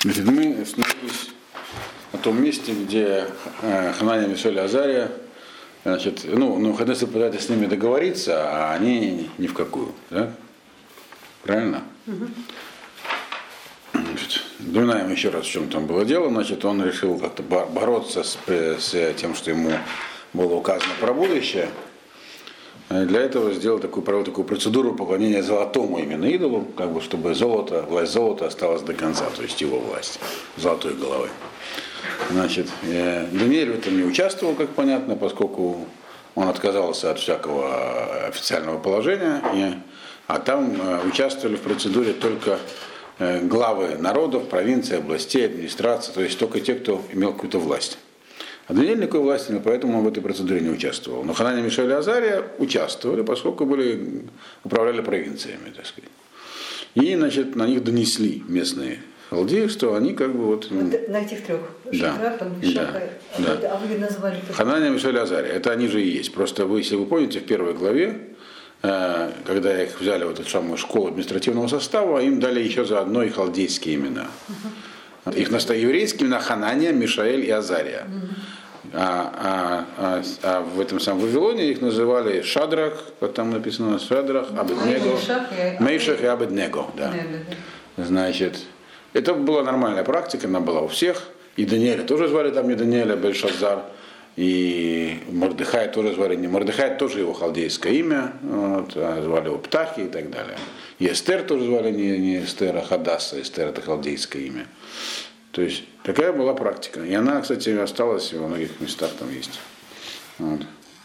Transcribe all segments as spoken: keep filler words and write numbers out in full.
Значит, мы остановились на том месте, где э, Хананя, Мишель и Азария, значит, ну, Навуходоносор пытается с ними договориться, а они ни в какую. Да? Правильно? Угу. Значит, вспоминаем еще раз, в чем там было дело. Значит, он решил как-то бороться с, с тем, что ему было указано про будущее. Для этого сделал такую, провел такую процедуру поклонения золотому именно идолу, как бы, чтобы золото, власть золота осталась до конца, то есть его власть, золотой головы. Значит, Даниэль в этом не участвовал, как понятно, поскольку он отказался от всякого официального положения, и, а там участвовали в процедуре только главы народов, провинций, областей, администрации, то есть только те, кто имел какую-то власть. А Даниэль никакой власти, поэтому он в этой процедуре не участвовал. Но Хананя, Мишель и Азария участвовали, поскольку были, управляли провинциями, так сказать. И, значит, на них донесли местные халдеи, что они как бы вот... вот на этих трех. Да, Шахрах, да, а, да. А вы назвали... Хананя, Мишель и Азария. Это они же и есть. Просто вы, если вы помните, в первой главе, когда их взяли в эту самую школу административного состава, им дали еще заодно и халдейские имена. Uh-huh. Их настоящие еврейские имена Хананя, Мишаэль и Азария. Uh-huh. А, а, а, а в этом самом Вавилоне их называли Шадрах, вот там написано Шадрах, Абеднего, Мейшах и Абеднего. Да. Значит, это была нормальная практика, она была у всех. И Даниэля тоже звали там не Даниэля, Бельшазар. И Мордехай тоже звали не Мордехай, тоже его халдейское имя, вот, а звали его Птахи и так далее. И Эстер тоже звали не, не Эстер, а Хадасса. Эстер это халдейское имя. То есть такая была практика. И она, кстати, осталась во многих местах там есть. Вот.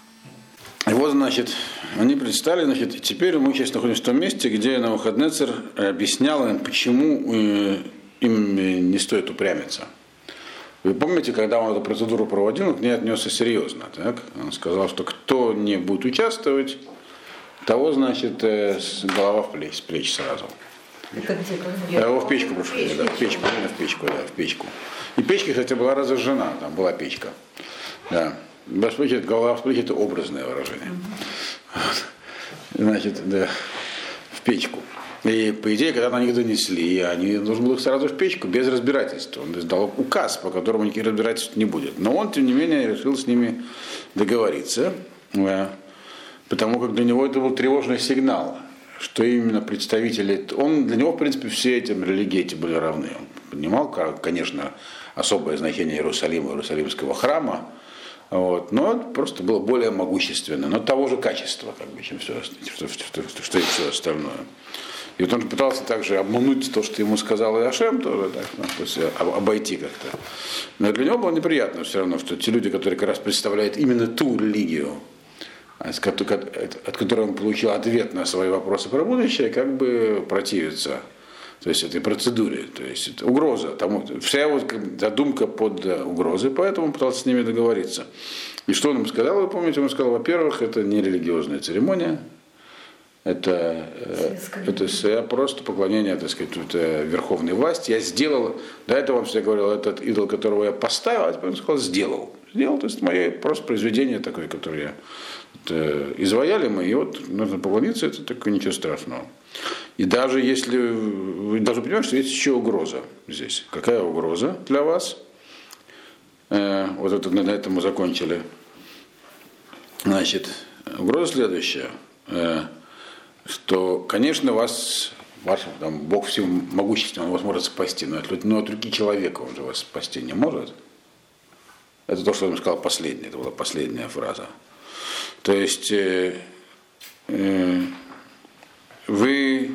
И вот, значит, они предстали, значит, теперь мы сейчас находимся в том месте, где Навуходоносор объяснял им, почему им не стоит упрямиться. Вы помните, когда он эту процедуру проводил, он к ней отнесся серьезно. Так? Он сказал, что кто не будет участвовать, того, значит, голова в плечи, с плеч сразу. Это где? Я его в печку прошу, да, в печку, в печку, да, в печку. И печка, кстати, была разожжена, там была печка. Да. Голова в плечи — это образное выражение. Вот. Значит, да, в печку. И, по идее, когда на них донесли, они нужно было их сразу в печку, без разбирательства. Он издал указ, по которому никаких разбирательств не будет. Но он, тем не менее, решил с ними договориться, да, потому как для него это был тревожный сигнал, что именно представители, он, для него, в принципе, все эти религии эти были равны. Он понимал, конечно, особое значение Иерусалима, Иерусалимского храма, вот, но просто было более могущественно, но того же качества, как бы, чем все, что, что, что, что и все остальное. И вот он пытался также обмануть то, что ему сказал Иошем, тоже так, ну, то есть обойти как-то. Но для него было неприятно все равно, что те люди, которые как раз представляют именно ту религию, от которой он получил ответ на свои вопросы про будущее, как бы противятся, то есть этой процедуре. То есть это угроза. Тому, вся его задумка под угрозой, поэтому он пытался с ними договориться. И что он им сказал, вы помните, он сказал, во-первых, это не религиозная церемония, это, это просто поклонение, так сказать, верховной власти. Я сделал, до этого он всегда говорил, этот идол, которого я поставил, а теперь он сказал, сделал. Сделал, то есть мое просто произведение такое, которое я изваяли мы, и вот нужно поклониться, это такое ничего страшного. И даже если, вы должны понимать, что есть еще угроза здесь. Какая угроза для вас? Э, вот это, на этом мы закончили. Значит, угроза следующая. Э, что, конечно, вас, ваш там, Бог всемогущественный, он вас может спасти, но от, но от руки человека он же вас спасти не может. Это то, что он сказал последнее, это была последняя фраза. То есть э, э, вы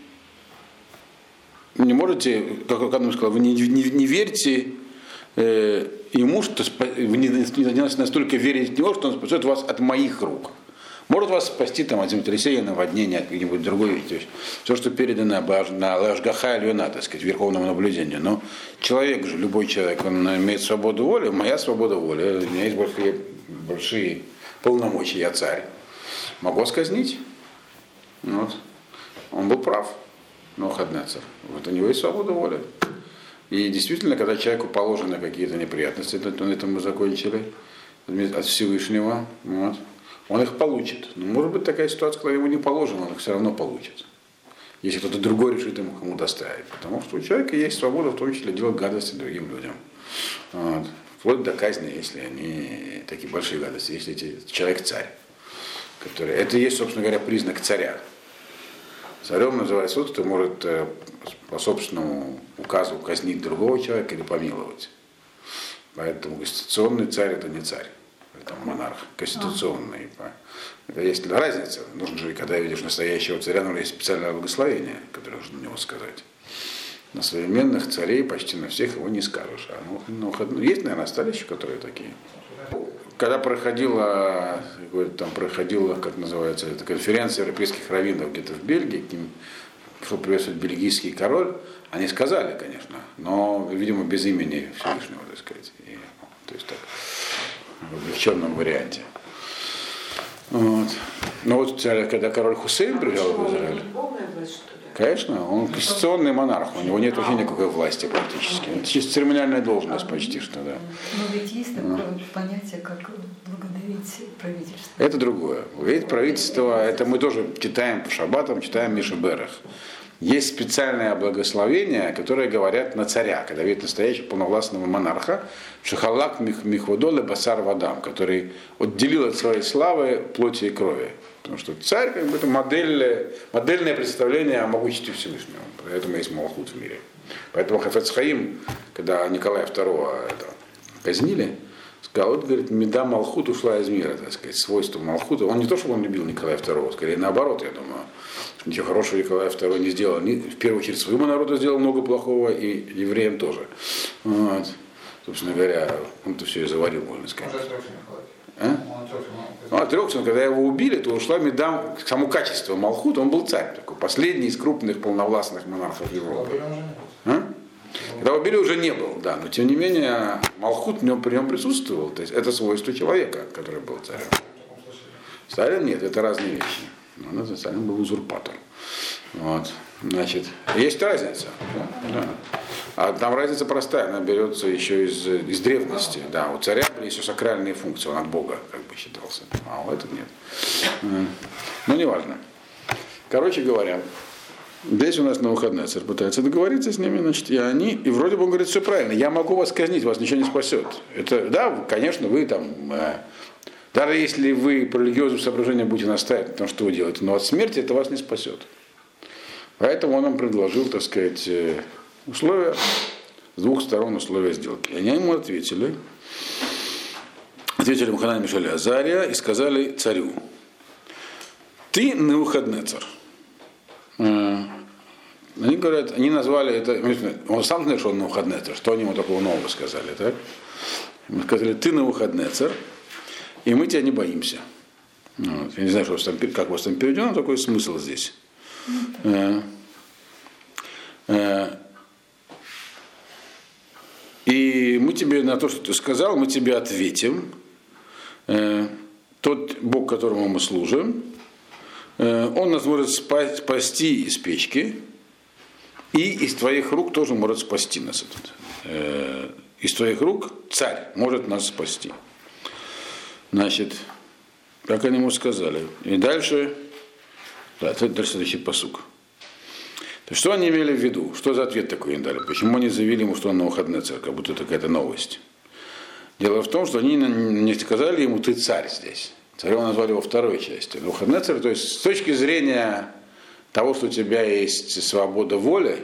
не можете, как он сказал, вы не, не, не верьте э, ему, что вы не, не настолько верите в него, что он спасет вас от моих рук. Может вас спасти там, от землетрясения, наводнения, от какой-нибудь другой вещи. Все, что передано на Лашгаха Альона, так сказать, верховному наблюдению. Но человек же, любой человек, он имеет свободу воли, моя свобода воли. У меня есть большие, большие полномочия, я царь. Могу сказнить. Вот. Он был прав, Навуходоносор. Вот у него есть свобода воли. И действительно, когда человеку положены какие-то неприятности, то на этом мы закончили от Всевышнего. Вот. Он их получит. Но может быть такая ситуация, когда ему не положено, он их все равно получит. если кто-то другой решит ему кому доставить. Потому что у человека есть свобода, в том числе делать гадости другим людям. Вот. Вплоть до казни, если они такие большие гадости, если эти, человек царь. Который, это и есть, собственно говоря, признак царя. Царем называется тот, кто может по собственному указу казнить другого человека или помиловать. Поэтому конституционный царь это не царь, это монарх. Конституционный. Это есть разница. Нужно же, когда видишь настоящего царя, нужно есть специальное благословение, которое нужно на него сказать. На современных царей почти на всех его не скажешь. А ну, ну, есть, наверное, остались еще, которые такие. Когда проходила, там проходила, как называется, эта конференция европейских раввинов где-то в Бельгии, к ним пришел приветствовать бельгийский король, они сказали, конечно, но, видимо, без имени Всевышнего, так сказать. И, то есть так, в облегченном варианте. Вот. Но вот когда король Хусейн приезжал в Израиль, конечно, он конституционный монарх, у него нет вообще никакой власти практически. Это чисто церемониальная должность почти что, да. Но ведь есть такое понятие, как благодарить правительство. Это другое. Благодарить правительство, это мы тоже читаем по шаббатам, читаем Миша Берах. Есть специальное благословение, которое говорят на царя, когда видят настоящего полновластного монарха, Шахалак Михводоле Басар Вадам, который отделил от своей славы плоти и крови. Потому что царь, как бы, это модель, модельное представление о могуществе Всевышнего. Поэтому есть Малхут в мире. Поэтому Хафец Хаим, когда Николая второго это, казнили, сказал, вот, говорит, меда Малхут ушла из мира, так сказать, свойство Малхута. Он не то, чтобы он любил Николая второго, скорее наоборот, я думаю. Ничего хорошего Николай второй не сделал. В первую очередь своему народу сделал много плохого, и евреям тоже. Вот. Собственно говоря, он-то все и заварил, можно сказать. А? Ну, отрекся, когда его убили, то ушла медам, само качество Малхут, он был царь, такой последний из крупных полновластных монархов Европы. А? Когда убили, уже не был, да, но тем не менее Малхут в нем, при нем присутствовал, то есть это свойство человека, который был царем. Сталин нет, это разные вещи. Но Сталин был узурпатор. Вот. Значит, есть разница. Да, да. А там разница простая, она берется еще из, из древности. Да, у царя были еще сакральные функции, он от Бога как бы считался. А у этого нет. Ну, неважно. Короче говоря, здесь у нас Навуходоносор пытается договориться с ними, значит, и они, и вроде бы он говорит, все правильно, я могу вас казнить, вас ничего не спасет. Это, да, конечно, вы там, э, даже если вы по религиозному соображению будете настаивать на том, что вы делаете, но от смерти это вас не спасет. Поэтому он нам предложил, так сказать, условия, с двух сторон условия сделки. И они ему ответили, ответили Муханан, Мишель и Азария и сказали царю, ты Навуходоносор. Они говорят, они назвали это, он сам знает, что он Навуходоносор, что они ему такого нового сказали, так? Мы сказали, ты Навуходоносор, и мы тебя не боимся. Вот. Я не знаю, что у вас там, как у вас там переведено, такой смысл здесь. Mm-hmm. И мы тебе на то, что ты сказал, мы тебе ответим. Тот Бог, которому мы служим, он нас может спасти из печки, и из твоих рук тоже может спасти нас. Этот. Из твоих рук царь может нас спасти. Значит, как они ему сказали. И дальше, да, это дальше следующий пасук. То есть, что они имели в виду? Что за ответ такой им дали? Почему они заявили ему, что он Навуходоносор, как будто это какая-то новость? Дело в том, что они не сказали ему, ты царь здесь. Царем назвали его второй частью. Навуходоносор, то есть с точки зрения того, что у тебя есть свобода воли,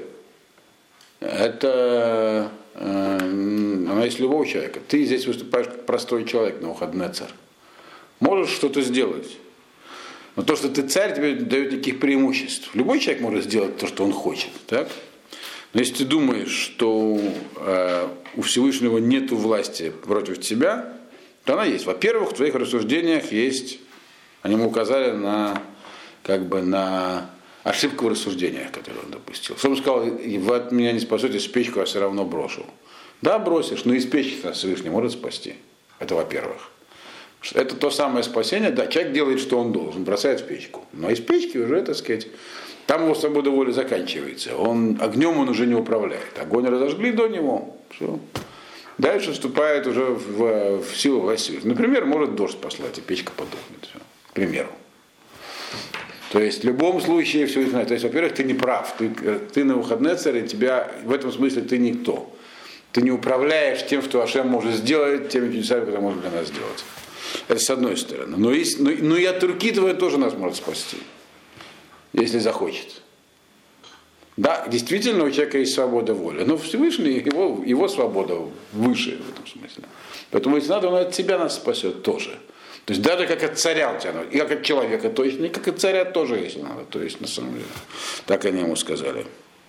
это э, она есть любого человека. Ты здесь выступаешь как простой человек, Навуходоносор. Можешь что-то сделать. Но то, что ты царь, тебе дает никаких преимуществ. Любой человек может сделать то, что он хочет. Так? Но если ты думаешь, что э, у Всевышнего нет власти против тебя, то она есть. Во-первых, в твоих рассуждениях есть, они ему указали на, как бы, на ошибку в рассуждениях, которую он допустил. Что он сказал, вы от меня не спасете, с печку я все равно брошу. Да, бросишь, но из печки нас Всевышний может спасти. Это во-первых. Это то самое спасение, да, человек делает, что он должен, бросает в печку. Но из печки уже, так сказать, там его свобода воли заканчивается. Он, огнем он уже не управляет. Огонь разожгли до него, все. Дальше вступает уже в, в силу власти. Например, может дождь послать, и печка подохнет. Все. К примеру. То есть в любом случае все знает. То есть, во-первых, ты не прав. Ты, ты Навуходоносор, и тебя в этом смысле ты никто. Ты не управляешь тем, что Ашем может сделать, теми чудесами, которые может для нас сделать. Это с одной стороны. Но, есть, но, но и от руки твоей тоже нас может спасти, если захочет. Да, действительно, у человека есть свобода воли. Но Всевышний, его, его свобода выше в этом смысле. Поэтому, если надо, он от тебя нас спасет тоже. То есть даже как от царя у тебя, и как от человека точно, и как от царя тоже, если надо. То есть, на самом деле, так они ему сказали.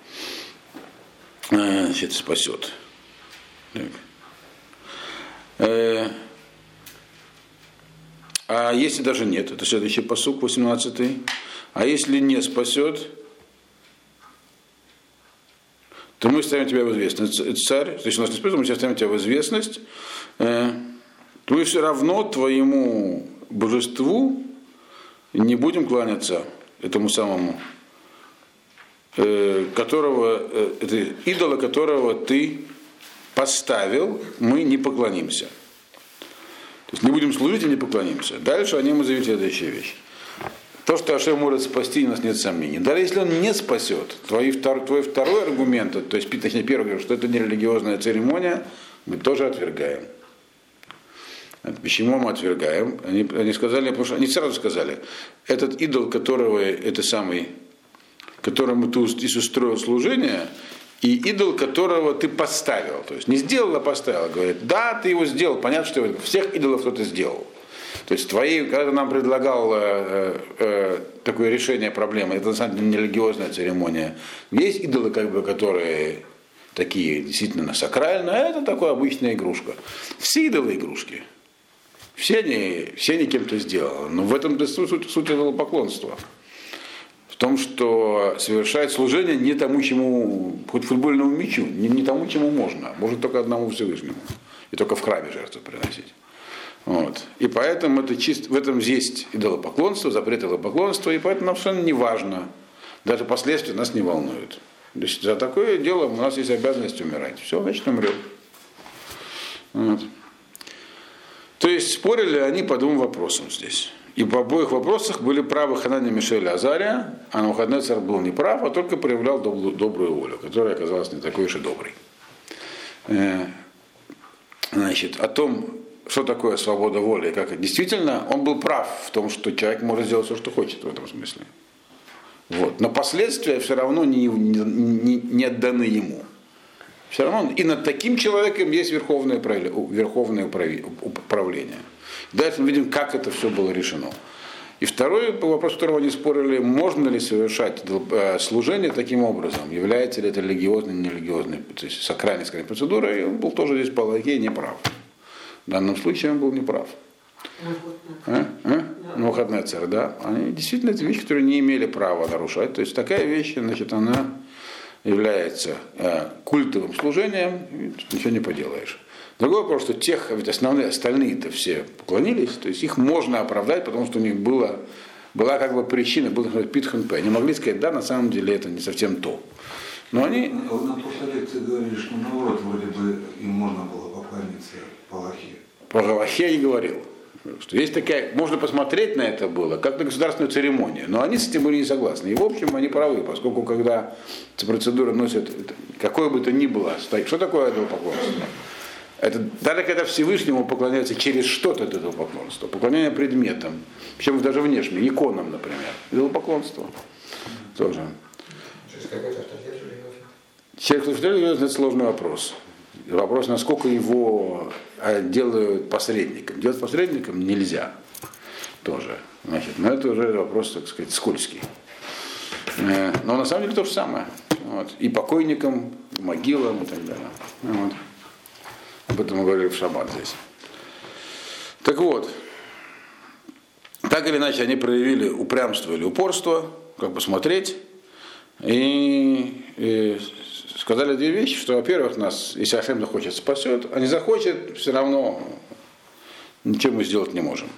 Значит, спасет. Так. Э, а если даже нет, это следующий пасук, восемнадцатый. А если не спасет, то мы ставим тебя в известность, царь, то есть у нас не спасет, мы ставим тебя в известность, э, то мы все равно твоему божеству не будем кланяться, этому самому, э, которого, э, это идола, которого ты поставил, мы не поклонимся. То есть не будем служить и не поклонимся. Дальше они ему заявили следующую вещь. То, что Ашем может спасти, у нас нет сомнений. Даже если он не спасет, твой, втор, твой второй аргумент, то есть, точнее, первый, что это не религиозная церемония, мы тоже отвергаем. Почему мы отвергаем? Они, они сказали, потому что они сразу сказали, этот идол, которого, это самый, которому ты устроил служение, и идол, которого ты поставил. То есть не сделал, а поставил. Говорит, да, ты его сделал. Понятно, что всех идолов кто-то сделал. То есть твои, когда ты нам предлагал э, э, такое решение проблемы, это на самом деле не религиозная церемония. Есть идолы, как бы, которые такие действительно сакральные, а это такая обычная игрушка. Все идолы игрушки. Все они, все они кем-то сделаны. Но в этом суть, суть идолопоклонства. В том, что совершает служение не тому, чему, хоть футбольному мячу, не, не тому, чему можно. Может только одному Всевышнему. И только в храме жертву приносить. Вот. И поэтому это чисто, в этом есть идолопоклонство, запрет идолопоклонства, и поэтому нам совершенно не важно. Даже последствия нас не волнуют. То есть за такое дело у нас есть обязанность умирать. Все, значит, умрем. Вот. То есть спорили они по двум вопросам здесь. И по обоих вопросах были правы Ханания, Мишель и Азария, а Навуходоносор был не прав, а только проявлял добрую, добрую волю, которая оказалась не такой уж и доброй. Значит, о том, что такое свобода воли, как действительно он был прав в том, что человек может сделать все, что хочет в этом смысле. Вот. Но последствия все равно не, не, не отданы ему. Все равно и над таким человеком есть верховное, верховное управление. Дальше мы видим, как это все было решено. И второй вопрос, которого они спорили, можно ли совершать служение таким образом, является ли это религиозной, нерелигиозной, то есть сакральной, скорее, процедурой, он был тоже здесь по логике неправ. В данном случае он был неправ. А? А? Навуходоносор, да. Они действительно это вещи, которые не имели права нарушать. То есть такая вещь, значит, она является э, культовым служением, и ничего не поделаешь. Другой вопрос, что тех, ведь основные, остальные-то все поклонились, то есть их можно оправдать, потому что у них было, была как бы причина, был питхан пэ. Они могли сказать, да, на самом деле это не совсем то. Но они... На прошлой лекции говорили, что наоборот, вроде бы им можно было поклониться по Галахе. По Галахе я и говорил. Что есть такая, можно посмотреть на это было, как на государственную церемонию, но они с этим были не согласны. И в общем они правы, поскольку когда эта процедура носит, какое бы то ни было, что такое идолопоклонство? Это, даже когда Всевышнему поклоняются через что-то от этого поклонства, поклонение предметам, причем даже внешне, иконам, например, идолопоклонство тоже. Через какой-то авторитет религиозный? Через авторитет религиозный – это сложный вопрос. Вопрос, насколько его делают посредником. Делать посредником нельзя тоже. Значит, но это уже вопрос, так сказать, скользкий. Но на самом деле то же самое. Вот. И покойникам, и могилам и так далее. Вот. Об этом мы говорили в шаббат здесь. Так вот, так или иначе они проявили упрямство или упорство, как посмотреть, и, и сказали две вещи, что, во-первых, нас, если Ашем захочет, спасет, а не захочет, все равно ничем мы сделать не можем.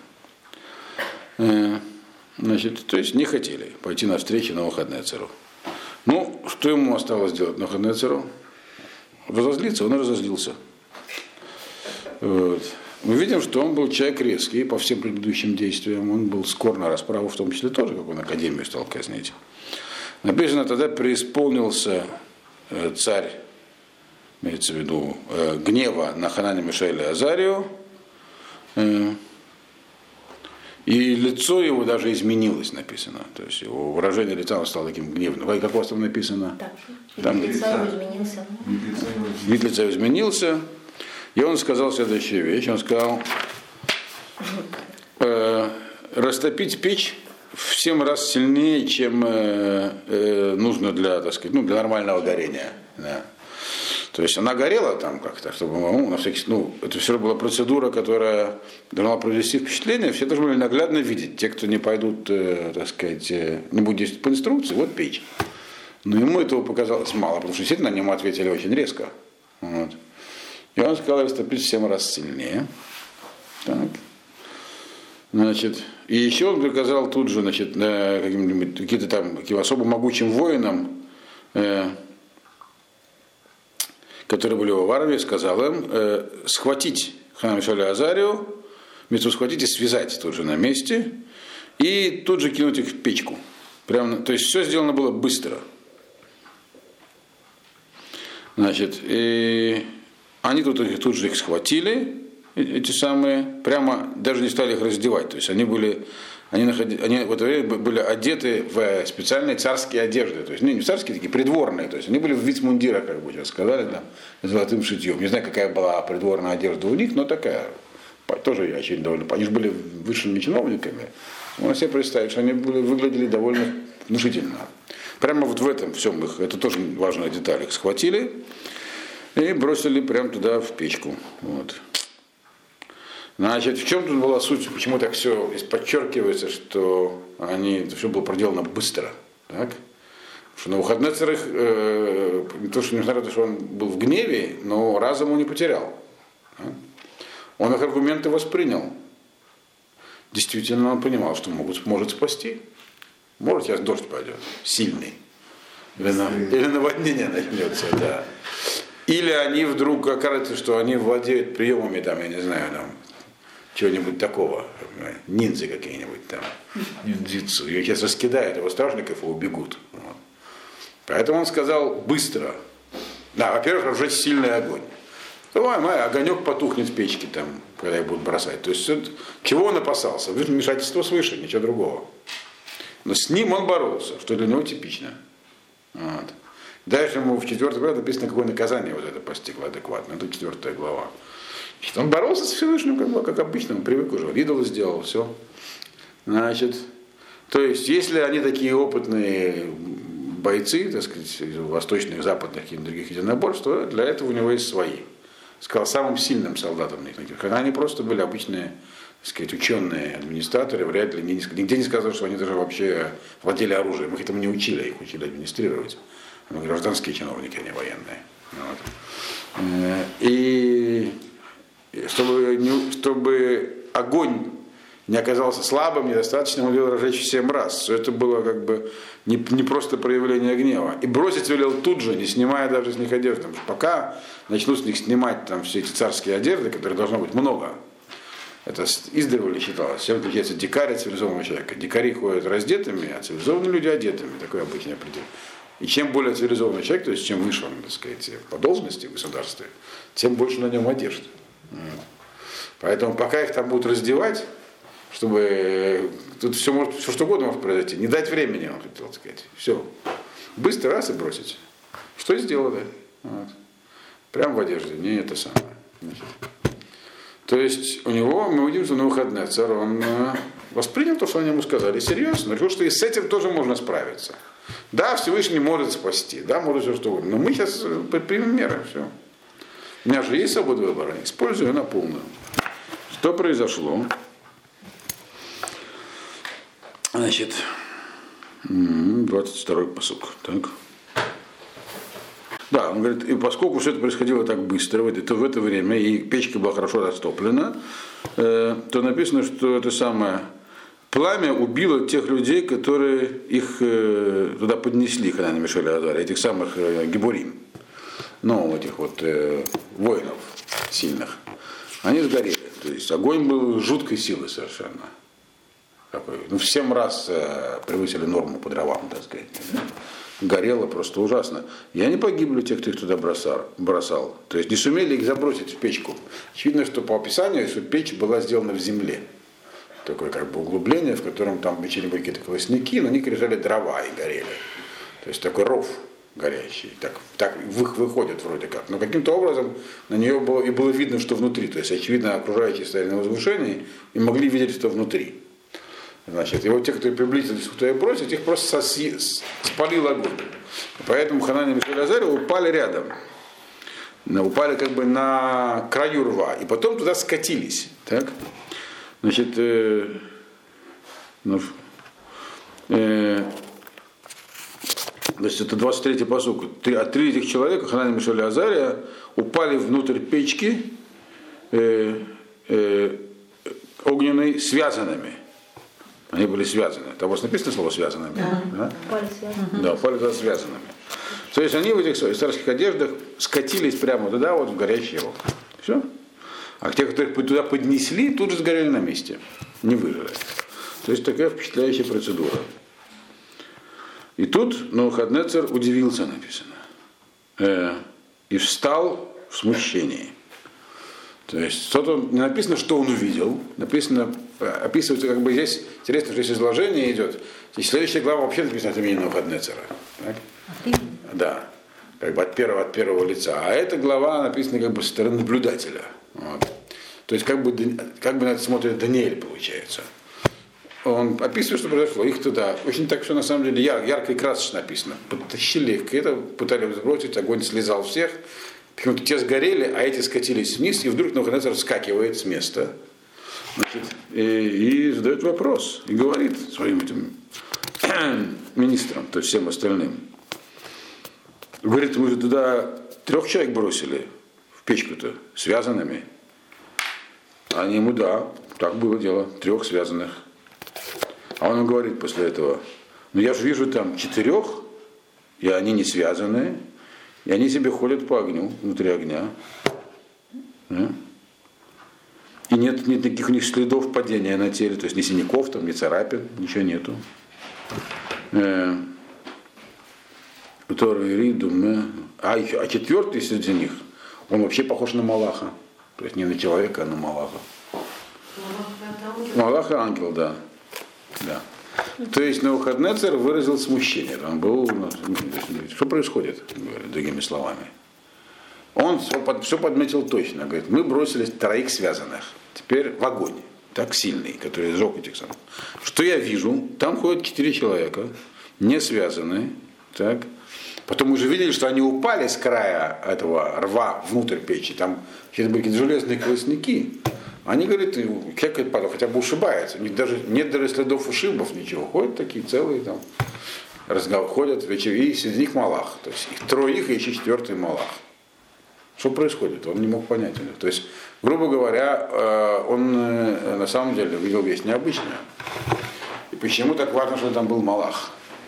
Значит, то есть не хотели пойти навстречу Навуходоносору. Ну, что ему осталось делать Навуходоносору? Разозлиться, он и разозлился. Вот. мы видим, что он был человек резкий по всем предыдущим действиям. Он был скор на расправу, в том числе тоже, как он Академию стал казнить. Написано, тогда преисполнился э, царь, имеется в виду, э, гнева на Ханане, Мишаэля и Азарию. Э, и лицо его даже изменилось, написано. То есть его выражение лица стало таким гневным. Как у вас там написано? Так же. Там Вид лица его изменился. вид лица изменился. И он сказал следующую вещь. Он сказал, э, растопить печь в семь раз сильнее, чем э, э, нужно для, так сказать, ну, для нормального горения. Да. То есть она горела там как-то, чтобы, ну, на всякий, ну, это все была процедура, которая должна произвести впечатление, все должны были наглядно видеть. Те, кто не пойдут, э, так сказать, э, не будут действовать по инструкции, вот печь. Но ему этого показалось мало, потому что действительно они ему ответили очень резко. Вот. И он сказал, растопить в семь раз сильнее. Так. Значит, и еще он приказал тут же, значит, каким-нибудь, каким-то там каким особо могучим воинам, э, которые были в армии, сказал им, э, схватить Ханана, Мишаэля и Азарию, вместо схватить и связать тут же на месте, и тут же кинуть их в печку. Прямо, то есть все сделано было быстро. Значит, и они тут, тут же их схватили, эти самые, прямо даже не стали их раздевать. То есть они были, они, находи, они в это время были одеты в специальные царские одежды. То есть не, не царские, такие придворные. То есть они были в вицмундира, как бы сейчас сказали, да, с золотым шитьем. Не знаю, какая была придворная одежда у них, но такая. Тоже очень довольно. Они же были высшими чиновниками. Можно себе представить, что они были, выглядели довольно внушительно. Прямо вот в этом всем их, это тоже важная деталь, их схватили и бросили прямо туда в печку. Вот. Значит, в чем тут была суть, почему так все подчеркивается, что они, это все было проделано быстро. Так? Потому что Навуходоносор их, э, не то, что, несмотря на то, что он был в гневе, но разум он не потерял. Так? Он их аргументы воспринял. Действительно, он понимал, что могут, может спасти. Может, сейчас дождь пойдет, сильный. Или, на, или наводнение начнется, да. Или они вдруг окажется, что они владеют приемами, там, я не знаю, там, чего-нибудь такого, ниндзя какие-нибудь там, ниндзюцу. Их сейчас раскидают его стражников и убегут. Вот. Поэтому он сказал быстро. Да, во-первых, разжечь сильный огонь. Давай, май, огонек потухнет в печке, там, когда их будут бросать. То есть, чего он опасался? Вмешательство свыше, ничего другого. Но с ним он боролся, что для него типично. Вот. Дальше ему в четвертой главе написано, какое наказание вот это постигло адекватно. Это четвертая глава. Значит, он боролся с Всевышним, как, как обычно, он привык уже, идол сделал, все. Значит, то есть, если они такие опытные бойцы, так сказать, восточных, западных, каких-то других единоборств, то для этого у него есть свои. Сказал, самым сильным солдатом у них. Когда они просто были обычные, так сказать, ученые администраторы, вряд ли, нигде не сказано, что они даже вообще владели оружием. Их этому не учили, их учили администрировать. Они гражданские чиновники, а не военные. Вот. И чтобы, не, чтобы огонь не оказался слабым, недостаточным, он велел разжечь в семь раз. Все это было как бы не, не просто проявление гнева. И бросить велел тут же, не снимая даже с них одежды. Потому что пока начнут с них снимать там все эти царские одежды, которых должно быть много, это издревле считалось. Чем отличается дикарь от цивилизованного человека? Дикари ходят раздетыми, а цивилизованные люди одетыми. Такое обычное определение. И чем более цивилизованный человек, то есть чем выше он, так сказать, по должности в государстве, тем больше на нем одежды. Поэтому пока их там будут раздевать, чтобы тут все может, все что угодно может произойти, не дать времени, он хотел сказать. Все. Быстро раз и бросить. Что и сделали. Вот. Прямо в одежде. Не это самое. Значит. То есть у него, мы увидим, что Навуходоносор, он воспринял то, что они ему сказали, серьезно, решил, что и с этим тоже можно справиться. Да, Всевышний может спасти, да, может все что угодно, но мы сейчас предпримем меры, все. У меня же есть свобода выбора, использую ее на полную. Что произошло? Значит, двадцать второй пасук, так. Да, он говорит, и поскольку все это происходило так быстро, в это, в это время, и печка была хорошо растоплена, э, то написано, что это самое пламя убило тех людей, которые их э, туда поднесли, Ханана, Мишаэля и Азария, этих самых э, гибурим, ну, этих вот э, воинов сильных. Они сгорели. То есть огонь был жуткой силы совершенно. Такой, ну, в семь раз э, превысили норму по дровам, так сказать. Горело просто ужасно. И они погибли, те, кто их туда бросал, бросал. То есть не сумели их забросить в печку. Очевидно, что по описанию, что печь была сделана в земле. Такое как бы углубление, в котором там были какие-то колосники, но они лежали дрова и горели. То есть такой ров горящий. Так, так выходит вроде как. Но каким-то образом на нее было, и было видно, что внутри. То есть, очевидно, окружающие стояли на возвышении и могли видеть, что внутри. Значит, и вот те, кто приблизились к той бросить, их просто соси, спалил огонь. Поэтому Ханания, Мишаэль и Азария упали рядом. Упали как бы на краю рва. И потом туда скатились. Так? Значит, э, ну, э, значит, это двадцать третий пасук. Три, от три этих человека, Ханания, Мишаэль и Азария, упали внутрь печки э, э, огненной связанными. Они были связаны. Там у вас написано слово связанными? Да, да? упали связанными. Да, упали туда связанными. То есть они в этих царских одеждах скатились прямо туда, вот в горящий ров. Все. А те, которых туда поднесли, тут же сгорели на месте. Не выжили. То есть такая впечатляющая процедура. И тут Навуходоносор удивился, написано. Э, и встал в смущении. То есть что-то не написано, что он увидел. Написано, описывается, как бы здесь, интересно, что здесь изложение идет. Здесь следующая глава вообще написана от имени Навуходоносора. Так? Да. Как бы от первого, от первого лица. А эта глава написана как бы со стороны наблюдателя. Вот. То есть как бы, как бы на это смотрит Даниэль, получается. Он описывает, что произошло. Их туда. Очень так все на самом деле яр, ярко и красочно написано. Подтащили их к этому, пытались сбросить, огонь слезал всех. Почему-то те сгорели, а эти скатились вниз, и вдруг Навуходоносор вскакивает с места. Значит, и, и задает вопрос. И говорит своим этим министрам, то есть всем остальным. Говорит, мы же туда трех человек бросили в печку-то, связанными. А они ему, да, так было дело, трех связанных. А он ему говорит после этого, ну я же вижу там четырех, и они не связанные, и они себе ходят по огню, внутри огня. И нет, нет никаких у них следов падения на теле, то есть ни синяков, там, ни царапин, ничего нету. А, еще, а четвертый среди них, он вообще похож на Малаха. То есть не на человека, а на Малаха. Малах и ангел, да. да. То есть Навуходоносор выразил смущение. Он был, что происходит, говорит, другими словами. Он все подметил точно. Говорит, мы бросили троих связанных. Теперь в огонь. Так сильный, который сжег этих самых. Что я вижу? Там ходят четыре человека, не связанные. Так. Потом мы уже видели, что они упали с края этого рва внутрь печи. Там были какие-то железные колосники. Они говорят, человек падал, хотя бы ушибается. У них даже нет даже следов ушибов, ничего. Ходят такие целые там, разговор, ходят, и среди них Малах. То есть их троих и еще четвертый Малах. Что происходит? Он не мог понять у них. То есть, грубо говоря, он на самом деле видел вещь необычную. И почему так важно, что там был Малах?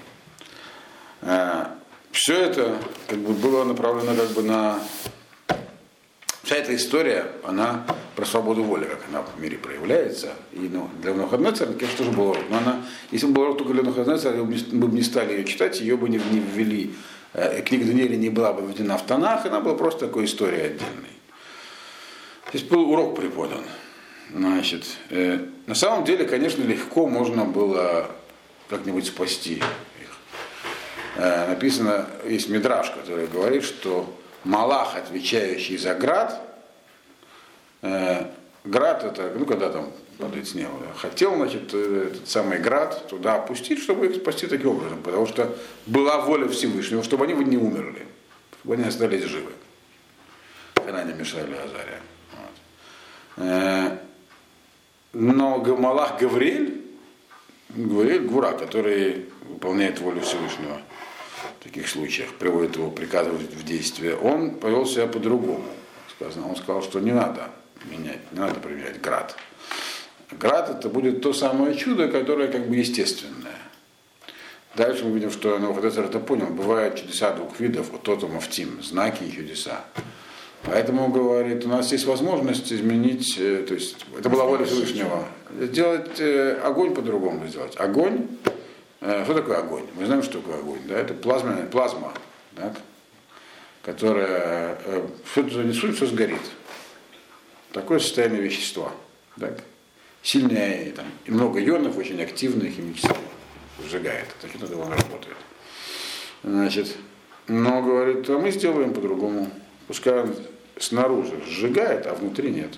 Все это как бы было направлено как бы на... Вся эта история, она про свободу воли, как она в мире проявляется. И ну, для Навуходоносора, конечно, тоже был урок. Но она, если бы был урок только для Навуходоносора, мы бы не стали ее читать, ее бы не, не ввели. Книга Даниэля не была бы введена в Танах, она была просто такой историей отдельной. Здесь был урок преподан. Значит, э, на самом деле, конечно, легко можно было как-нибудь спасти их. Э, написано, есть мидраш, который говорит, что Малах, отвечающий за град, э, град это, ну когда там падает снег, хотел, значит, этот самый град туда опустить, чтобы их спасти таким образом, потому что была воля Всевышнего, чтобы они не умерли, чтобы они остались живы. Ханания, Мишаэль и Азария. Вот. Э, но Малах Гавриэль, Гавриэль Гвура, который выполняет волю Всевышнего, в таких случаях приводит его, приказывает в действие, он повел себя по-другому. Сказано, он сказал, что не надо менять, не надо применять град. Град это будет то самое чудо, которое как бы естественное. Дальше мы видим, что Навуходоносор это понял. Бывают чудеса двух видов, тотум, автим, знаки и чудеса. Поэтому, говорит, у нас есть возможность изменить, э, то есть это была воля Всевышнего, сделать э, огонь по-другому сделать. Огонь, э, что такое огонь? Мы знаем, что такое огонь, да? Это плазменная плазма, так? Которая э, что-то занесут, все сгорит. Такое состояние вещества. Так? Сильное, там, и много ионов, очень активных химических, сжигает. Таким образом он работает. Значит, но, говорит, а мы сделаем по-другому. Пускай он снаружи сжигает, а внутри нет.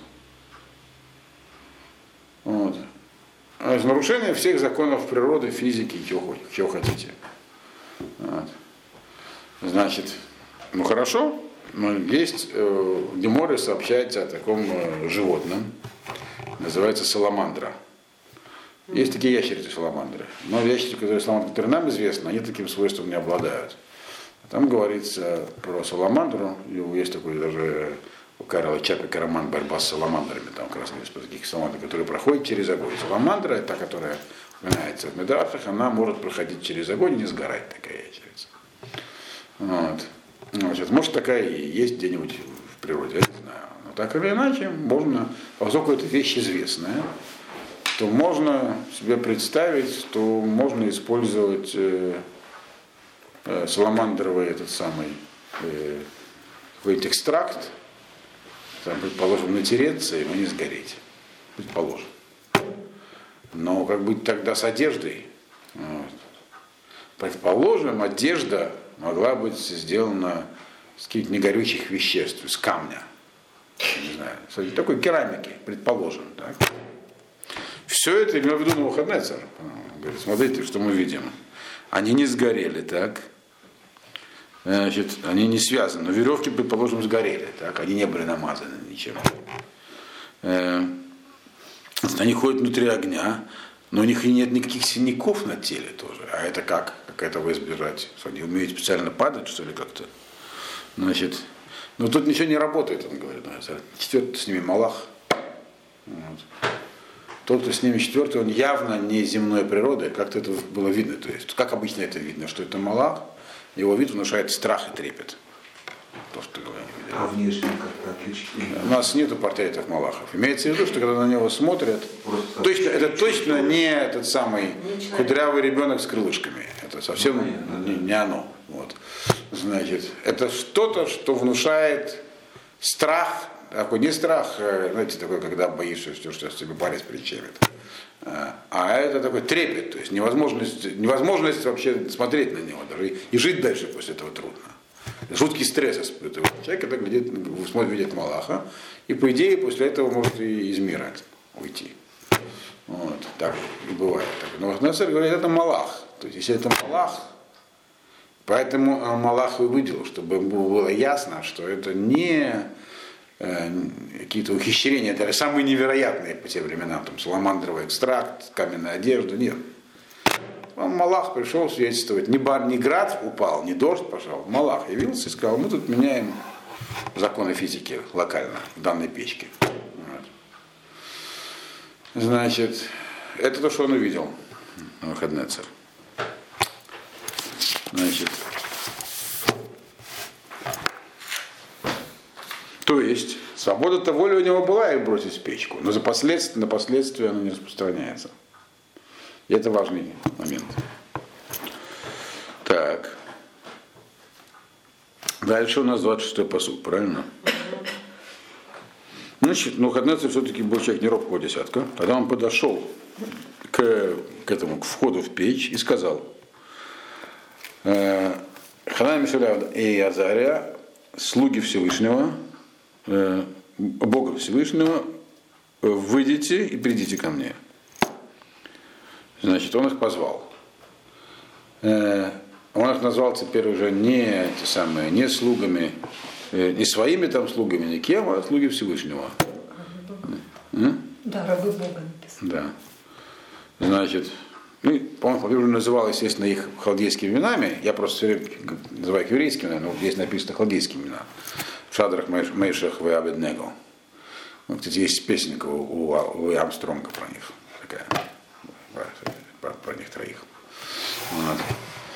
Вот. А это нарушение всех законов природы, физики, чего, чего хотите. Вот. Значит, ну хорошо, но есть, э, в Геморе сообщается о таком э, животном, называется саламандра. Есть такие ящерицы саламандры, но ящерицы, которые, саламандры, которые нам известны, они таким свойством не обладают. Там говорится про саламандру, есть такой даже у Карла Чапика роман «Борьба с саламандрами», там как раз про таких саламандр, которые проходят через огонь. Саламандра, это та, которая упоминается в Медрашах, она может проходить через огонь и не сгорать, такая ящерица. Вот. Значит, может такая и есть где-нибудь в природе, я не знаю. Но так или иначе, можно, поскольку эта вещь известная, то можно себе представить, что можно использовать э, э, саламандровый этот самый э, какой-нибудь экстракт, там, предположим, натереться ему не сгореть. Предположим. Но как быть тогда с одеждой? Вот. Предположим, одежда могла быть сделана из каких-то негорючих веществ, из камня. Не знаю, такой керамики, предположим. Так? Все это имел в виду Навуходоносор. Говорит, смотрите, что мы видим. Они не сгорели, так? Значит, они не связаны, но веревки, предположим, сгорели, так? Они не были намазаны ничем. Они ходят внутри огня, но у них и нет никаких синяков на теле тоже. А это как? Как этого избежать? Что они умеют специально падать, что ли, как-то? Значит, но тут ничего не работает, он говорит. Четвертый с ними Малах. Вот. Тот, кто с ними четвертый, он явно не земной природы, как-то это было видно. То есть, как обычно это видно, что это Малах, его вид внушает страх и трепет. То, что говорю. А внешне как-то отличить? У нас нету портретов Малахов. Имеется в виду, что когда на него смотрят, точно, это точно не этот самый кудрявый ребенок с крылышками. Это совсем не, не оно. Вот. Значит, это что-то, что внушает страх. Такой не страх, знаете, такой, когда боишься, что, что тебе палец причемит. А это такой трепет, то есть невозможность, невозможность вообще смотреть на него даже. И, и жить дальше после этого трудно. Жуткий стресс испытывает человек, когда глядит, смотрит, видит Малаха, и по идее после этого может и из мира уйти. Вот, так и бывает. Но Навуходоносор говорит, это Малах. То есть если это Малах, поэтому Малах и выделил, чтобы было ясно, что это не э, какие-то ухищрения, даже самые невероятные по тем временам, там саламандровый экстракт, каменная одежда, нет. Малах пришел свидетельствовать, не, бар, не град упал, не дождь пошел, Малах явился и сказал, мы тут меняем законы физики локально в данной печке. Вот. Значит, это то, что он увидел, Навуходоносор. Значит, то есть, свобода-то воля у него была их бросить в печку, но за последствия, на последствия она не распространяется. И это важный момент. Так. Дальше у нас двадцать шестой пасук, правильно? Значит, Навуходоносор все-таки был человек не робкого десятка. Тогда он подошел к, к этому, к входу в печь и сказал: Ханан, Мишуля и Азария, слуги Всевышнего, Бога Всевышнего, выйдите и придите ко мне. Значит, он их позвал. Он их назвал теперь уже не те самые, не слугами, не своими там слугами, не кем, а слуги Всевышнего. Да, рабы Бога написано. Да. Значит, ну, по-моему, уже называл, естественно, их халдейскими именами. Я просто все время называю их еврейскими, но здесь написано халдейскими именами. Шадрах, Мейшах и Абедnego. Вот, кстати, есть песенка у, у Армстронга про них. Такая. Про, про них троих. Вот.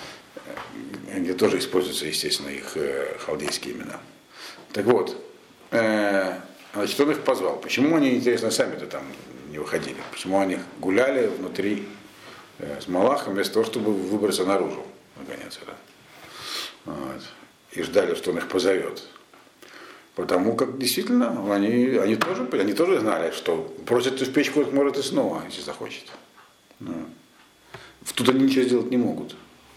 Где тоже используются, естественно, их э, халдейские имена. Так вот, э, значит, он их позвал. Почему они, интересно, сами-то там не выходили? Почему они гуляли внутри э, с Малахом вместо того, чтобы выбраться наружу, наконец, это. Вот. И ждали, что он их позовет. Потому как действительно они, они, тоже, они тоже знали, что бросить в печку может и снова, если захочет. Ну. Тут они ничего сделать не могут.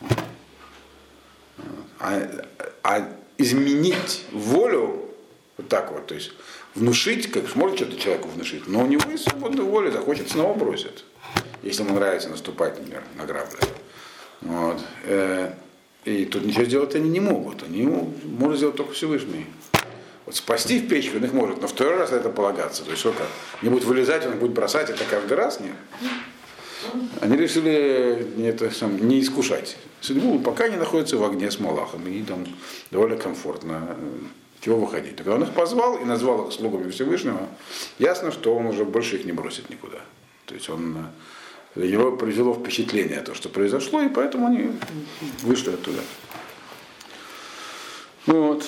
А, а изменить волю вот так вот, то есть внушить, как может что-то человеку внушить, но у него есть свободная воля, захочет, снова бросит. Если ему нравится наступать, например, на грабли. Вот. И тут ничего сделать они не могут. Они могут сделать только Всевышний. Вот спасти в печку он их может, но второй раз это полагаться. То есть сколько? Не будет вылезать, он будет бросать это каждый раз, нет. Они решили не, это, сам, не искушать судьбу, пока они находятся в огне с Малахом, и там довольно комфортно. Чего выходить? Когда он их позвал и назвал их слугами Всевышнего, ясно, что он уже больше их не бросит никуда. То есть он, его произвело впечатление то, что произошло, и поэтому они вышли оттуда. Вот.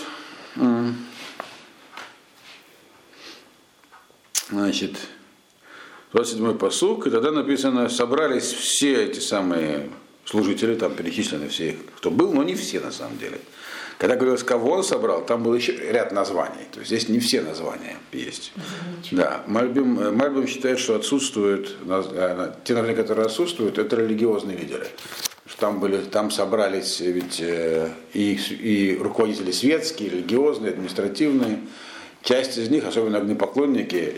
Значит, двадцать седьмой пасук, и тогда написано, собрались все эти самые служители, там перечислены все, кто был, но не все на самом деле. Когда говорилось, кого он собрал, там был еще ряд названий, то есть здесь не все названия есть. Да, Мальбим, Мальбим считает, что отсутствуют, те названия, которые отсутствуют, это религиозные лидеры. Там, были, там собрались ведь и, и руководители светские, религиозные, административные. Часть из них, особенно огнепоклонники,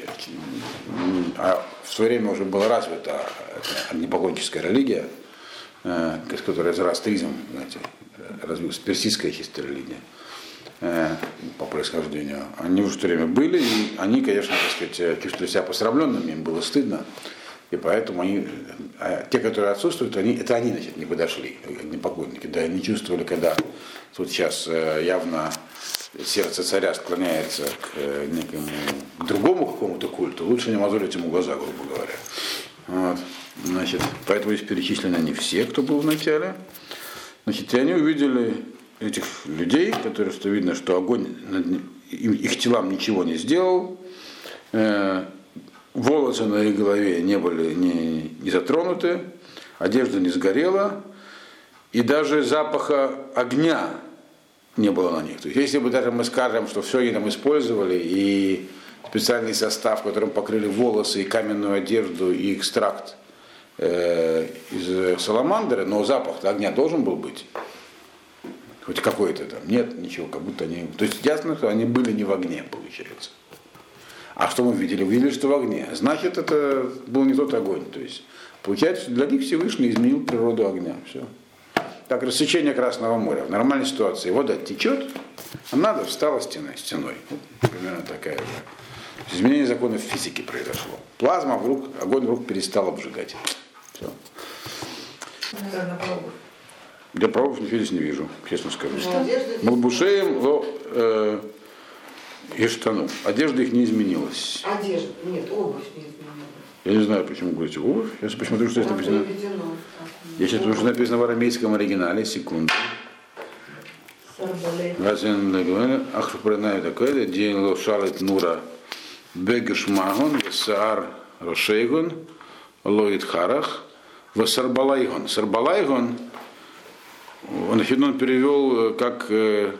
а в свое время уже была развита огнепоклонническая религия, которая зороастризм, знаете, развилась, персидская чистая религия по происхождению. Они уже в то время были, и они, конечно, так сказать, чувствовали себя посрамленными, им было стыдно, и поэтому они, те, которые отсутствуют, они, это они, значит, не подошли, огнепоклонники, да, они чувствовали, когда тут сейчас явно сердце царя склоняется к некому к другому какому-то культу, лучше не мозолить ему глаза, грубо говоря. Вот. Значит, поэтому здесь перечислены не все, кто был в начале. Значит, и они увидели этих людей, которые, что видно, что огонь их телам ничего не сделал, э, волосы на их голове не были не, не затронуты, одежда не сгорела, и даже запаха огня не было на них. То есть, если бы даже мы скажем, что все они там использовали, и специальный состав, которым покрыли волосы, и каменную одежду, и экстракт э, из саламандры, но запах огня должен был быть. Хоть какой-то там. Нет, ничего, как будто они... То есть ясно, что они были не в огне, получается. А что мы видели? Увидели, что в огне. Значит, это был не тот огонь. То есть, получается, для них Всевышний изменил природу огня. Все. Так, рассечение Красного моря. В нормальной ситуации вода течет, а надо встала стеной. стеной. Вот, примерно такая же. Изменение законов физики произошло. Плазма вдруг, огонь вдруг перестал обжигать. Все. Я правов здесь не вижу, честно скажу. Малбушеем, но э, и штану. Одежда их не изменилась. Одежда, нет, обувь не изменилась. Я не знаю, почему говорите обувь. Я сейчас посмотрю, что здесь написано. Я сейчас потому что написано в арамейском оригинале, секунду. Ахшупренаю такое, день лошалит нура бегешмагон, саар рошейгон, лоит харах, васарбалайгон. Сарбалайгон, он, он перевел как э,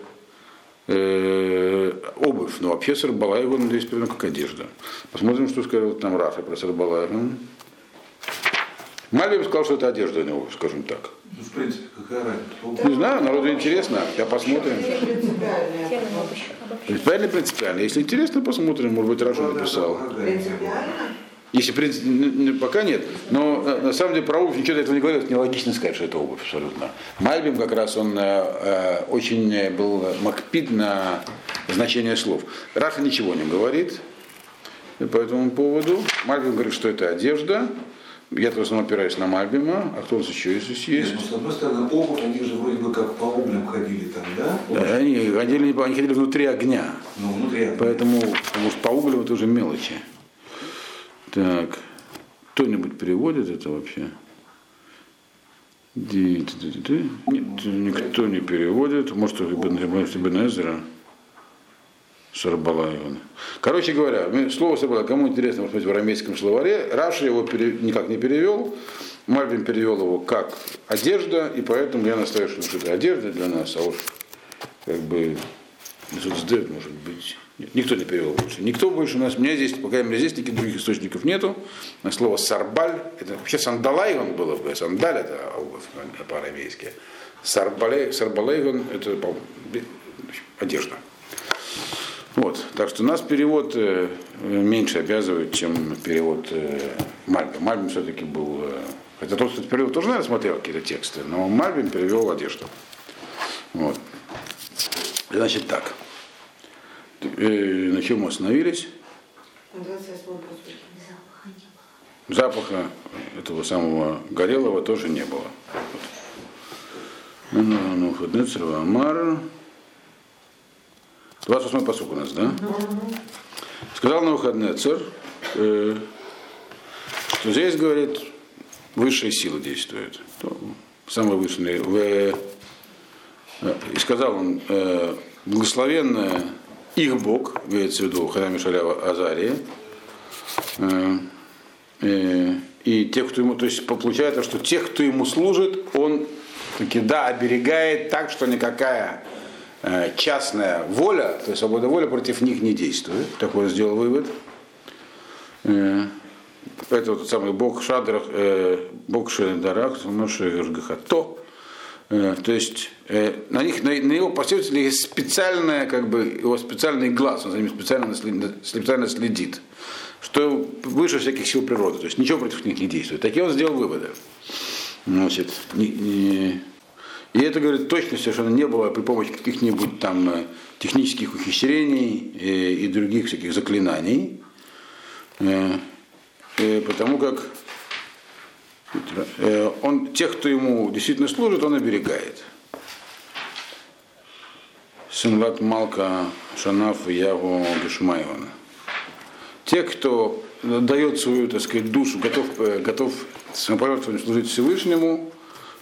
э, обувь, но вообще сарбалайгон здесь перевел как одежда. Посмотрим, что сказал там Рафа про сарбалайгон. Мальбим сказал, что это одежда у него, скажем так. Ну, в принципе, какая разница? Не знаю, народу интересно, я посмотрим. Принципиально, принципиально. Если интересно, посмотрим, может быть, Раша написал. Принципиально? Если принцип, пока нет, но на самом деле про обувь ничего до этого не говорил, это нелогично сказать, что это обувь абсолютно. Мальбим как раз он э, очень был макпид на значение слов. Раша ничего не говорит по этому поводу. Мальбим говорит, что это одежда. Я в основном опираюсь на Мальбима, а кто у нас еще здесь есть? Нет, ну, с одной стороны, обувь, они же вроде бы как по углям ходили там, да? Да, они ходили, они ходили внутри огня. Ну, внутри огня. Поэтому, потому что по углям это уже мелочи. Так, кто-нибудь переводит это вообще? Нет, никто не переводит. Может, Ибн Эзра. Сарбалайон. Короче говоря, слово Сарбалай, кому интересно, может быть, в арамейском словаре, Раши его пере, никак не перевел, Мальбим перевел его как одежда, и поэтому я настаиваю, что это одежда для нас, а уж как бы может быть. Нет, никто не перевел больше. Никто больше у нас, у меня здесь, по крайней мере, здесь никаких других источников нету. Слово сарбаль, это вообще сандалайгон было бы, сандаль это обувь по-арамейски. Сарбалайгон это одежда. Вот. Так что у нас перевод э, меньше обязывает, чем перевод э, Мальбим. Мальбим все-таки был, э, хотя тот, кто перевел, тоже, наверное, смотрел какие-то тексты, но Мальбим перевел одежду. Вот. Значит так. Э, на чем мы остановились? Запаха этого самого горелого тоже не было. Вот. Ну, Амар. двадцать восьмой пасук у нас, да? Mm-hmm. Сказал Навуходоносор, э, что здесь, говорит, высшая сила действует. Самая высшая. В, э, и сказал он, э, благословенная их Бог, имеется в виду Ханами Шалява Азария, э, э, и тех, кто ему, то есть получается, что тех, кто ему служит, он таки, да, оберегает так, что никакая частная воля, то есть свобода воли против них не действует. Такой он сделал вывод. Это вот самый Бог Шадрах, Бог Шедарах, Гахато. То есть на них, на его последователей есть специальная, как бы, его специальный глаз, он за ними специально, специально следит, что выше всяких сил природы, то есть ничего против них не действует. Такие он сделал выводы. Значит, не, не, и это, говорит, точно совершенно не было при помощи каких-нибудь там технических ухищрений и, и других всяких заклинаний, потому как он, тех, кто ему действительно служит, он оберегает. Синлат Малка Шанаф и Яву Гешмайвана. Те, кто дает свою, так сказать, душу, готов, готов самопожертвованием служить Всевышнему,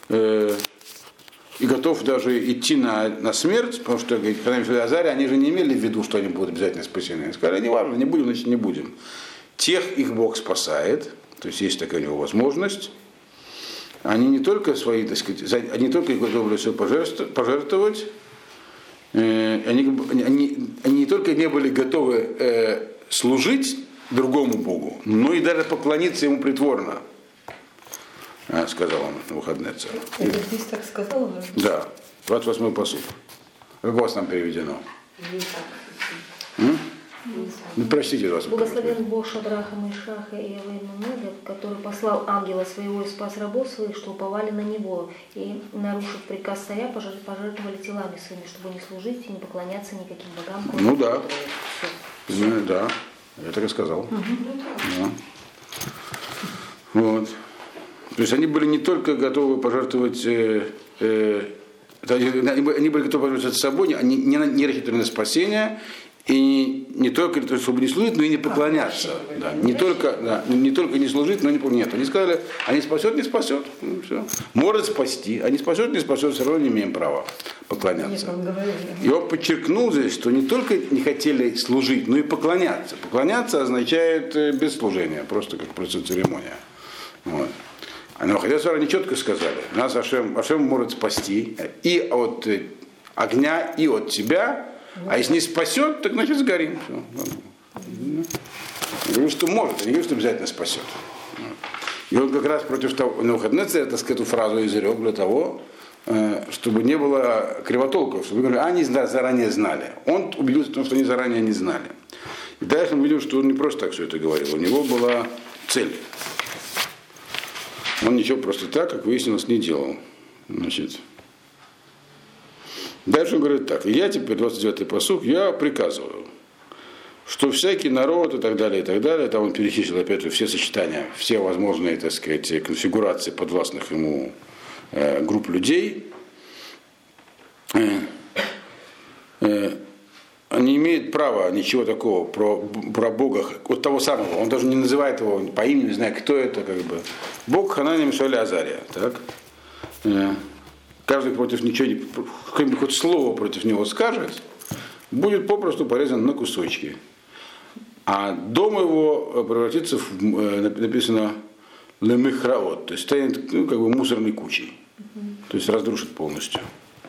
и готов даже идти на, на смерть, потому что, когда мы Азари, они же не имели в виду, что они будут обязательно спасены. Они сказали, не важно, не будем, значит не будем. Тех их Бог спасает, то есть есть такая у него возможность. Они не только свои, так сказать, они не только готовы все пожертвовать, э, они, они, они не только не были готовы э, служить другому Богу, но и даже поклониться ему притворно. А, сказал он на выходные царь. Это здесь так сказал уже? Да, двадцать восьмой пасук. Как у вас там переведено? Ну, простите вас. Благословен Бог Шадраха, Мишаха и Авейна, который послал ангела своего и спас рабов своих, что уповали на него, и, нарушив приказ царя, пожертвовали телами своими, чтобы не служить и не поклоняться никаким богам. Ну да. Ну, да, я так и сказал. Угу. Да. Вот. То есть они были не только готовы пожертвовать, э, э, они были готовы пожертвовать собой, они не, не рассчитывали на спасение, и не только, чтобы не служить, но и не поклоняться. Да, не, только, да, не только не служить, но и не поклоняться. Нет, они сказали, они спасет, не спасет. Ну, все. Может спасти, а не спасет, не спасет, все равно не имеем права поклоняться. И он подчеркнул здесь, что не только не хотели служить, но и поклоняться. Поклоняться означает без служения, просто как просто церемония. Вот. Но хотя они четко сказали, нас Ашем, Ашем может спасти и от огня, и от тебя, а если не спасет, так значит сгорим. Я говорю, что может, я не говорю, что обязательно спасет. И он как раз против того, на выходные царь, так сказать, эту фразу изрек для того, чтобы не было кривотолков, чтобы говорили, а они заранее знали. Он убедился в том, что они заранее не знали. И дальше он увидел, что он не просто так все это говорил, у него была цель. Он ничего просто так, как выяснилось, не делал. Значит. Дальше он говорит так. И я теперь, двадцать девятый пасук, я приказываю, что всякий народ и так далее, и так далее, там он перечислил опять же все сочетания, все возможные, так сказать, конфигурации подвластных ему э, групп людей, э, э, не имеет права ничего такого про, про Бога, вот того самого, он даже не называет его по имени, не знаю, кто это, как бы. Бог Ханани Мишаля Азария, так? Каждый против ничего, хоть слово против него скажет, будет попросту порезан на кусочки. А дом его превратится в, написано, лемихраот, то есть станет, ну, как бы мусорной кучей. То есть разрушит полностью.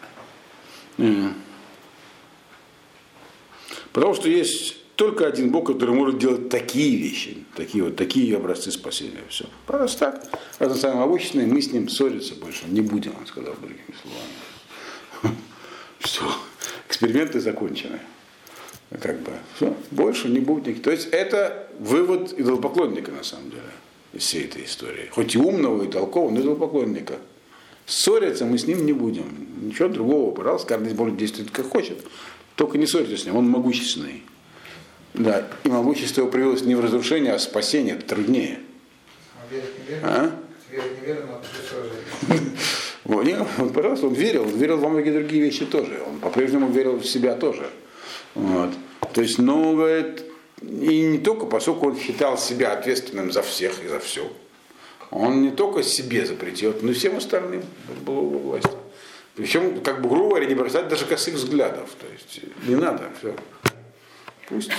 Потому что есть только один Бог, который может делать такие вещи, такие вот такие образцы спасения. Все. Просто так. Это самое обычное, мы с ним ссориться больше не будем, он сказал другими словами. Все. Эксперименты закончены. Как бы. Все. Больше не будет. То есть это вывод идолопоклонника на самом деле из всей этой истории. Хоть и умного, и толкового, но идолопоклонника. Ссориться мы с ним не будем. Ничего другого, пожалуйста, каждый может действовать как хочет. Только не ссорьтесь с ним, он могущественный. Да, и могущество его привелось не в разрушение, а в спасение, это труднее. А верить неверно? А? Верить неверно, но это тоже. Вот, нет, он, пожалуйста, он верил, он верил во многие другие вещи тоже. Он по-прежнему верил в себя тоже. Вот. То есть, ну, говорит, и не только, поскольку он считал себя ответственным за всех и за все. Он не только себе запретил, но и всем остальным. Это было его власть. Причем, как бы, грубо говоря, не бросать даже косых взглядов. То есть, не надо, все. Пусть.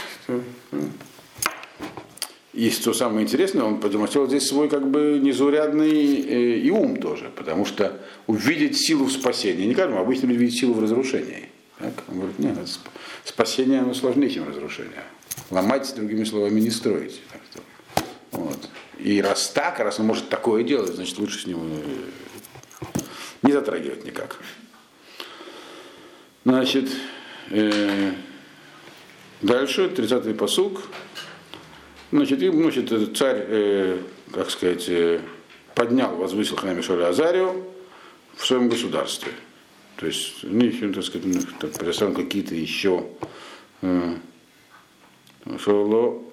И что самое интересное, он продемонстрировал здесь свой как бы незаурядный э, и ум тоже, потому что увидеть силу в спасении, не каждому, обычно люди видят силу в разрушении. Так? Он говорит, нет, спасение оно сложнее, чем разрушение. Ломать, другими словами, не строить. Так что, вот. И раз так, раз он может такое делать, значит лучше с ним э, не затрагивать никак. Значит, э, дальше, тридцатый пасук. Значит, и, значит царь, э, как сказать, э, поднял, возвысил Ханами Шоля Азарию в своем государстве. То есть, у них, так сказать, у них так, представим какие-то еще э, шоло,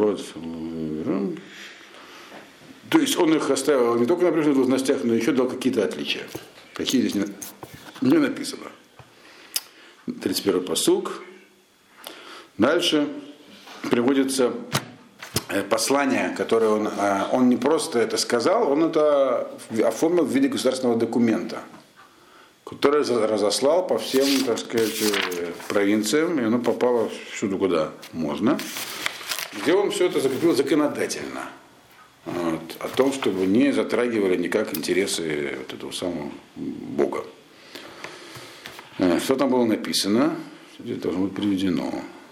то есть он их оставил не только на прежних должностях, но еще дал какие-то отличия. Какие здесь не, не написано. тридцать первый пасук. Дальше приводится послание, которое он, он не просто это сказал, он это оформил в виде государственного документа, который разослал по всем, так сказать, провинциям, и оно попало всюду, куда можно, где он все это закрепил законодательно. Вот, о том, чтобы не затрагивали никак интересы вот этого самого Бога. Что там было написано? Это должно быть приведено.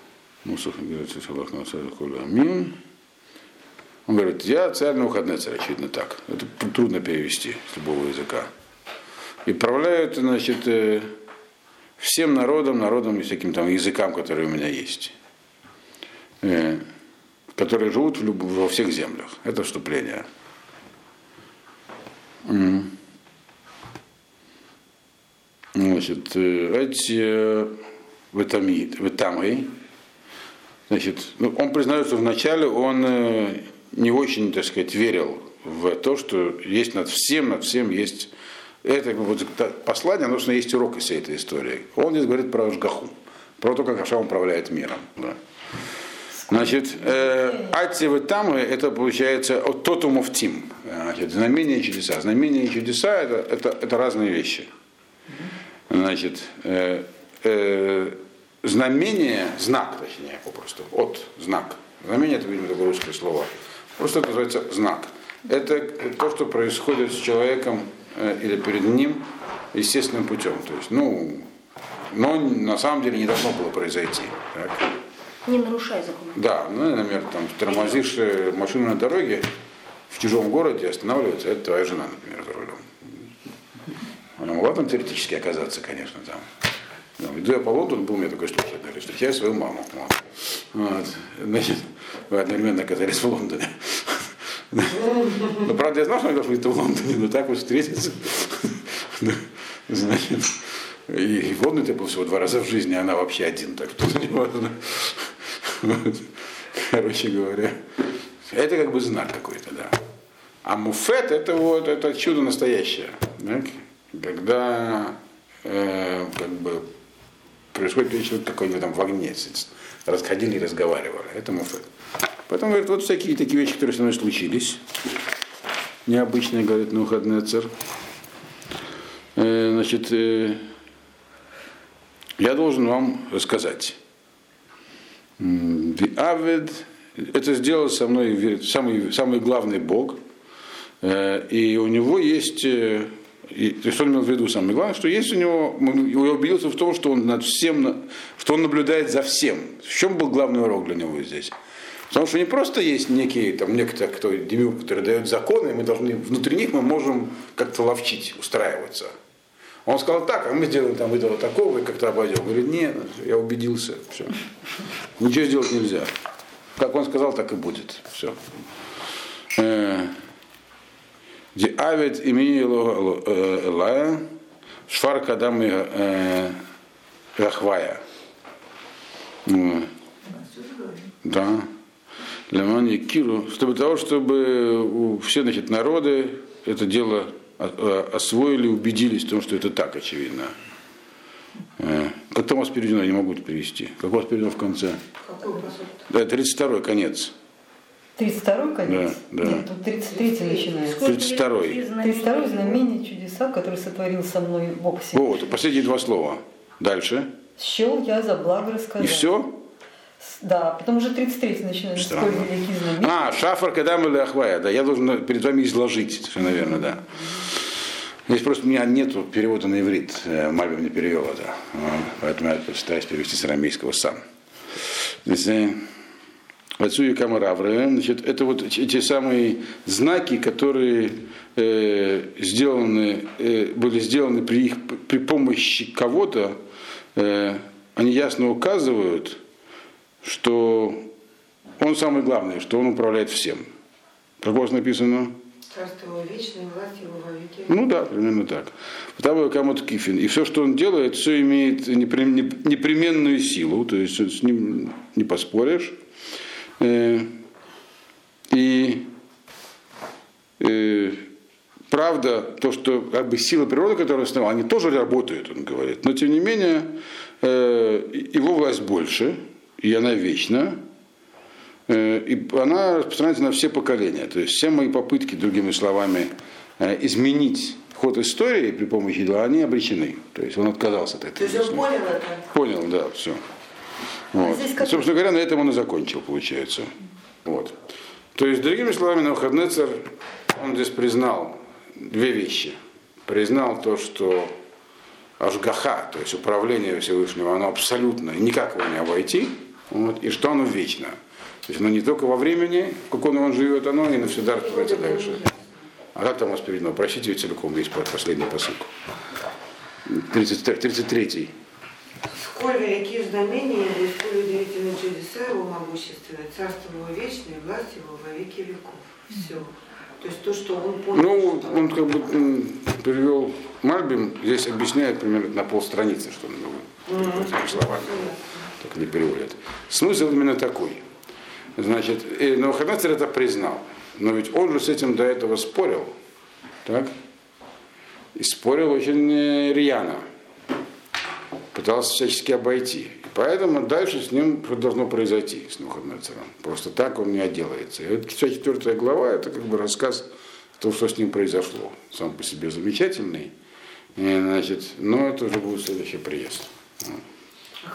Он говорит, я царь Навуходоносор, очевидно так. Это трудно перевести с любого языка. И правляют, значит, всем народам, народам и всяким там языкам, которые у меня есть, которые живут в люб... во всех землях. Это вступление. Значит, эти Ветамей, значит, ну, он признает, что вначале он не очень, так сказать, верил в то, что есть над всем, над всем есть. Это вот, послание, оно, что есть урок из всей этой истории. Он здесь говорит про Ашгаху, про то, как Ашам управляет миром. Да. Значит, Ати Ветамы, это получается от Тоту Муфтим. Значит, знамения и чудеса. Знамения и чудеса это, это, это разные вещи. Значит, э, э, знамение, знак, точнее, попросту, от, знак. Знамение, это, видимо, такое русское слово. Просто это называется знак. Это то, что происходит с человеком э, или перед ним естественным путем. То есть, ну, но на самом деле не должно было произойти. Так? Не нарушай закон. Да, ну, например, там, тормозишь машину на дороге в чужом городе, останавливается, это твоя жена, например, за рулем. Она могла там теоретически оказаться, конечно, там. там иду я по Лондону, был у меня такой случай, я встречаю свою маму. Вот. Вот. Значит, мы одновременно оказались в Лондоне. Ну, правда, я знал, что она должна быть в Лондоне, но так вот встретиться. Значит, и в Лондоне я был всего два раза в жизни, а она вообще один, так что не важно. Короче говоря, это как бы знак какой-то, да. А муфет это вот это чудо настоящее. Так? Когда э, как бы происходит вещь, как они там в огне расходили и разговаривали. Это муфет. Поэтому говорит, вот всякие такие вещи, которые со мной случились. Необычные, говорит Навуходоносор. Э, значит, э, я должен вам рассказать. Авед, это сделал со мной самый, самый главный Бог. И у него есть, и, то есть он имел в виду самое главное, что есть у него, я убедился в том, что он над всем, что он наблюдает за всем. В чем был главный урок для него здесь? Потому что не просто есть некие, там, некто, кто, демиург, который дает законы, и мы должны, внутри них мы можем как-то ловчить, устраиваться. Он сказал так, а мы сделаем там этого такого и как-то обойдем. Он говорит, нет, я убедился, все. Ничего сделать нельзя. Как он сказал, так и будет. Все. Ди авет имени Элая, шфар кадам и Рахвая. Да. Лемани Киру, чтобы того, чтобы все, значит, народы это дело освоили, убедились в том, что это так, очевидно. Как там у вас переведено, я не могу это перевести. Как у вас переведено в конце? Какой посуд? Да, тридцать второй конец. тридцать второй конец? Да, да. Нет, тут тридцать третий начинается. тридцать второй. тридцать второй знамение чудеса, которые сотворил со мной Бог Всевышний. Вот, последние два слова. Дальше. Счел я за благо рассказать. И все? Да, потом уже тридцать третий начинается. Столь великие знамения. А, Шафар Кадам или Ахвая, да, я должен перед вами изложить, все, наверное, да. Здесь просто у меня нет перевода на иврит, Мальбим не перевел это, поэтому я постараюсь перевести с арамейского сам. Отцу и Камаравры, значит, это вот эти самые знаки, которые э, сделаны, э, были сделаны при, их, при помощи кого-то, э, они ясно указывают, что он самый главный, что он управляет всем. Как у вас написано? Царство его вечное, власть его во веки. Ну да, примерно так. Второй Камот Кифин. И все, что он делает, все имеет непременную силу, то есть с ним не поспоришь. И правда, то, что как бы сила природы, которую он основал, они тоже работают, он говорит. Но тем не менее, его власть больше, и она вечна. И она распространяется на все поколения. То есть все мои попытки, другими словами, изменить ход истории при помощи дела, они обречены. То есть он отказался от этого. То есть он понял это? Понял, да, все. Вот. здесь И, как... собственно говоря, на этом он и закончил, получается. Вот. То есть, другими словами, Навуходоносор, он здесь признал две вещи. Признал то, что Ашгаха, то есть управление Всевышнего, оно абсолютно, никак его не обойти, вот, и что оно вечно. То есть оно не только во времени, в каком он живет, оно и навсегда распространяется дальше. А как там у вас переведено? Прочтите ее целиком, есть последний посылку. тридцать третий. Сколь великие знамения его, и сколь удивительные чудеса его могущественные, царство его вечное, власть его во веки веков. Все. То есть то, что он понял. Ну, что... он как бы перевел Мальбим, здесь объясняет примерно на полстраницы, что он говорит. Mm-hmm. Этими словами. Так не переводят. Смысл именно такой. Значит, Навуходоносор это признал. Но ведь он же с этим до этого спорил. Так? И спорил очень рьяно. Пытался всячески обойти. И поэтому дальше с ним что должно произойти, с Навуходоносором. Просто так он не отделается. И вот четвертая глава, это как бы рассказ о том, что с ним произошло. Сам по себе замечательный. И, значит, но это уже будет следующий приезд.